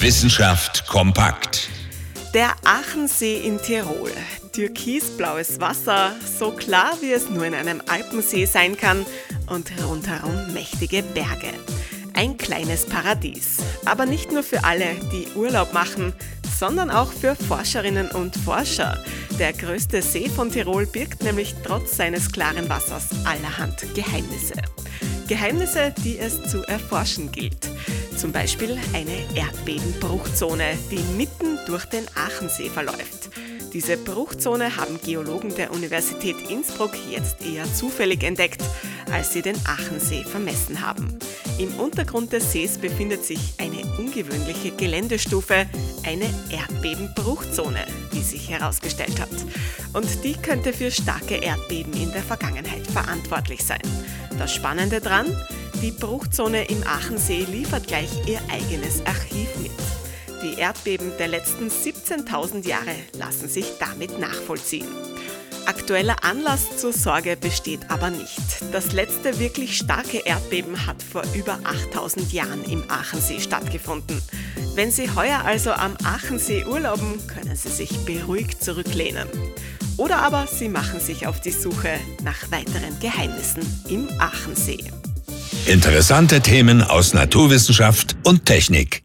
Wissenschaft kompakt. Der Achensee in Tirol. Türkisblaues Wasser, so klar wie es nur in einem Alpensee sein kann, und rundherum mächtige Berge. Ein kleines Paradies. Aber nicht nur für alle, die Urlaub machen, sondern auch für Forscherinnen und Forscher. Der größte See von Tirol birgt nämlich trotz seines klaren Wassers allerhand Geheimnisse. Geheimnisse, die es zu erforschen gilt. Zum Beispiel eine Erdbebenbruchzone, die mitten durch den Achensee verläuft. Diese Bruchzone haben Geologen der Universität Innsbruck jetzt eher zufällig entdeckt, als sie den Achensee vermessen haben. Im Untergrund des Sees befindet sich eine ungewöhnliche Geländestufe, eine Erdbebenbruchzone, die sich herausgestellt hat. Und die könnte für starke Erdbeben in der Vergangenheit verantwortlich sein. Das Spannende dran: die Bruchzone im Achensee liefert gleich ihr eigenes Archiv mit. Die Erdbeben der letzten 17.000 Jahre lassen sich damit nachvollziehen. Aktueller Anlass zur Sorge besteht aber nicht. Das letzte wirklich starke Erdbeben hat vor über 8.000 Jahren im Achensee stattgefunden. Wenn Sie heuer also am Achensee urlauben, können Sie sich beruhigt zurücklehnen. Oder aber Sie machen sich auf die Suche nach weiteren Geheimnissen im Achensee. Interessante Themen aus Naturwissenschaft und Technik.